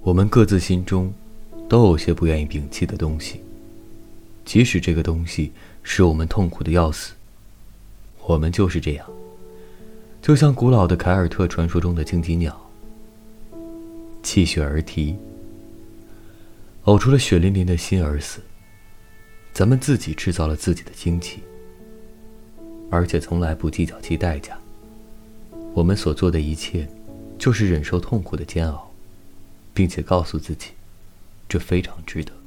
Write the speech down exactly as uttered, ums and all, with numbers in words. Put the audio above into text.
我们各自心中都有些不愿意摒弃的东西，即使这个东西使我们痛苦的要死。我们就是这样，就像古老的凯尔特传说中的荆棘鸟，泣血而啼，呕出了血淋淋的心而死。咱们自己制造了自己的荆棘，而且从来不计较其代价。我们所做的一切就是忍受痛苦的煎熬，并且告诉自己，这非常值得。